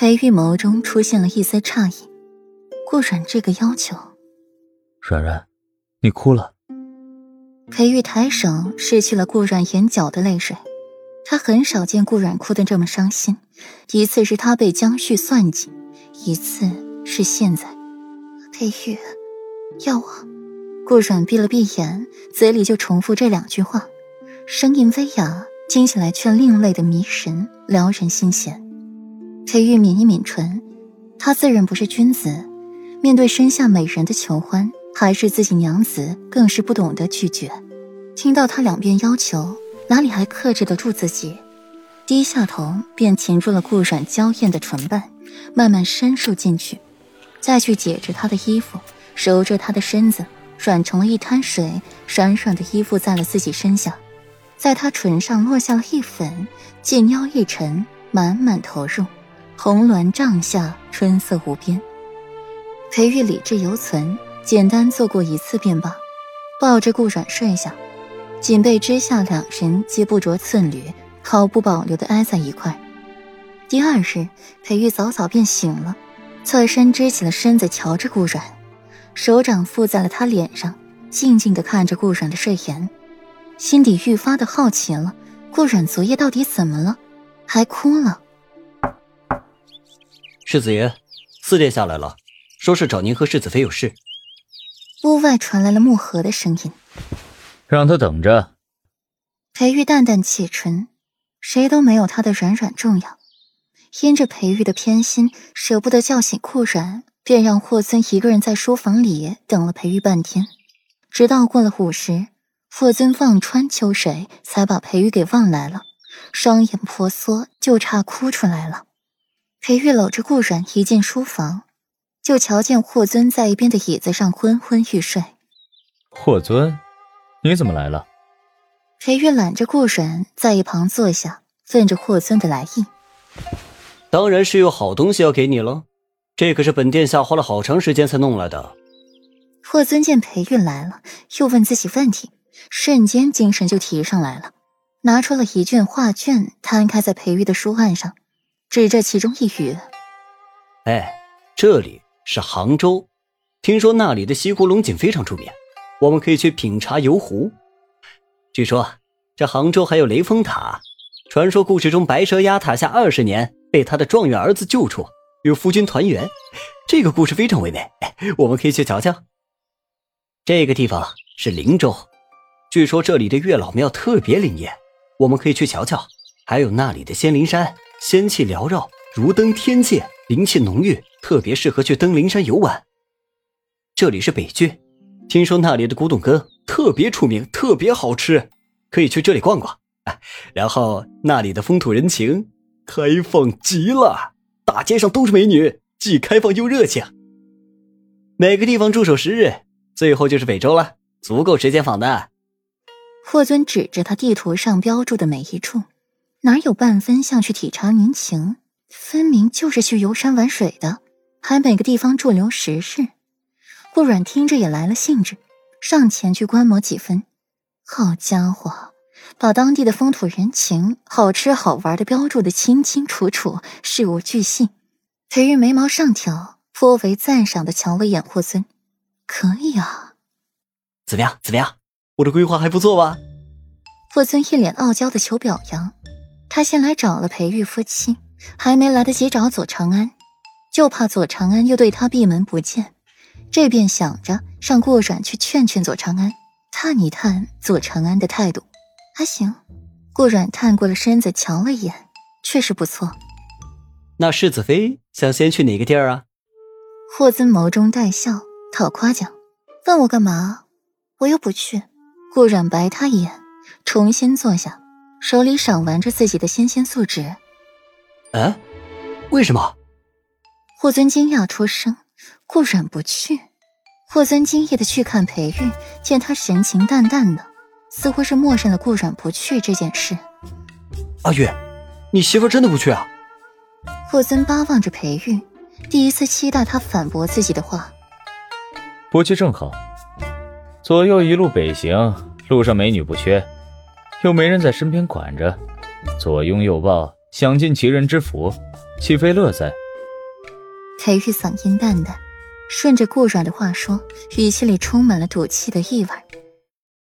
裴玉眸中出现了一丝诧异，顾阮这个要求。 阮阮，你哭了。 裴玉抬手拭去了顾阮眼角的泪水，他很少见顾阮哭得这么伤心，一次是他被江旭算计，一次是现在。裴玉，要我。顾阮闭了闭眼，嘴里就重复这2句话，声音微哑，听起来却另类的迷神，撩人心弦。裴玉抿一抿唇，他自认不是君子，面对身下美人的求欢，还是自己娘子，更是不懂得拒绝。听到他2遍要求，哪里还克制得住自己，低下头便擒住了顾阮娇艳的唇瓣，慢慢深入进去，再去解着他的衣服，揉着他的身子，软成了一滩水，软软的依附在了自己身下，在他唇上落下了一粉，近腰一沉，满满投入，红鸾帐下，春色无边。裴玉理智犹存，简单做过1次便罢，抱着顾阮睡下，锦被之下2人皆不着寸缕，毫不保留地挨在一块。第2日，裴玉早早便醒了，侧身支起了身子，瞧着顾阮，手掌附在了他脸上，静静地看着顾阮的睡颜，心底愈发的好奇了，顾阮昨夜到底怎么了，还哭了。 世子爷，4殿下来了，说是找您和世子妃有事。 屋外传来了木盒的声音。 让他等着。 裴玉淡淡启唇，谁都没有他的软软重要。因着裴玉的偏心，舍不得叫醒顾阮，便让霍尊一个人在书房里等了裴玉半天，直到过了午时，霍尊望穿秋水，才把裴玉给望来了，双眼婆娑，就差哭出来了。裴玉搂着顾阮一进书房，就瞧见霍尊在一边的椅子上昏昏欲睡。 霍尊，你怎么来了？ 裴玉揽着顾阮在一旁坐下，问着霍尊的来意。 当然是有好东西要给你了，这可是本殿下花了好长时间才弄来的。 霍尊见裴玉来了，又问自己问题，瞬间精神就提上来了，拿出了一卷画卷，摊开在裴玉的书案上，指着其中一语： 这里是杭州，听说那里的西湖龙井非常出名，我们可以去品茶游湖。据说这杭州还有雷峰塔，传说故事中白蛇压塔下20年，被他的状元儿子救出，与夫君团圆，这个故事非常唯美，我们可以去瞧瞧。这个地方是灵州，据说这里的月老庙特别灵验，我们可以去瞧瞧。还有那里的仙灵山，仙气缭绕，如登天界，灵气浓郁，特别适合去登灵山游玩。这里是北郡，听说那里的古董羹特别出名，特别好吃，可以去这里逛逛。然后那里的风土人情开放极了，大街上都是美女，既开放又热情。每个地方驻守10日，最后就是北周了，足够时间访的。 霍尊指着他地图上标注的每一处，哪有半分像去体察民情，分明就是去游山玩水的，还每个地方驻留10日。顾阮听着也来了兴致，上前去观摩几分。好家伙，把当地的风土人情、好吃好玩的标注得清清楚楚，事无巨细。裴玉眉毛上挑，颇为赞赏地瞧了一眼霍尊。可以啊。 怎么样，我的规划还不错吧？ 霍尊一脸傲娇的求表扬。他先来找了裴玉夫妻，还没来得及找左长安，就怕左长安又对他闭门不见，这便想着让顾阮去劝劝左长安，探一探左长安的态度。还行。顾阮探过了身子瞧了一眼，确实不错。 那世子妃想先去哪个地儿啊？ 霍尊眸中带笑，讨夸奖。问我干嘛？我又不去。顾阮白他一眼，重新坐下，手里赏玩着自己的纤纤素指。 为什么？ 霍尊惊讶出声。顾阮不去。霍尊惊异地去看裴玉，见他神情淡淡的，似乎是默认了顾阮不去这件事。 阿玉，你媳妇真的不去啊？ 霍尊巴望着裴玉，第一次期待他反驳自己的话。 不去正好，左右一路北行，路上美女不缺，又没人在身边管着，左拥右抱，享尽其人之福，岂非乐哉？ 裴玉嗓音淡淡，顺着顾阮的话说，语气里充满了赌气的意味。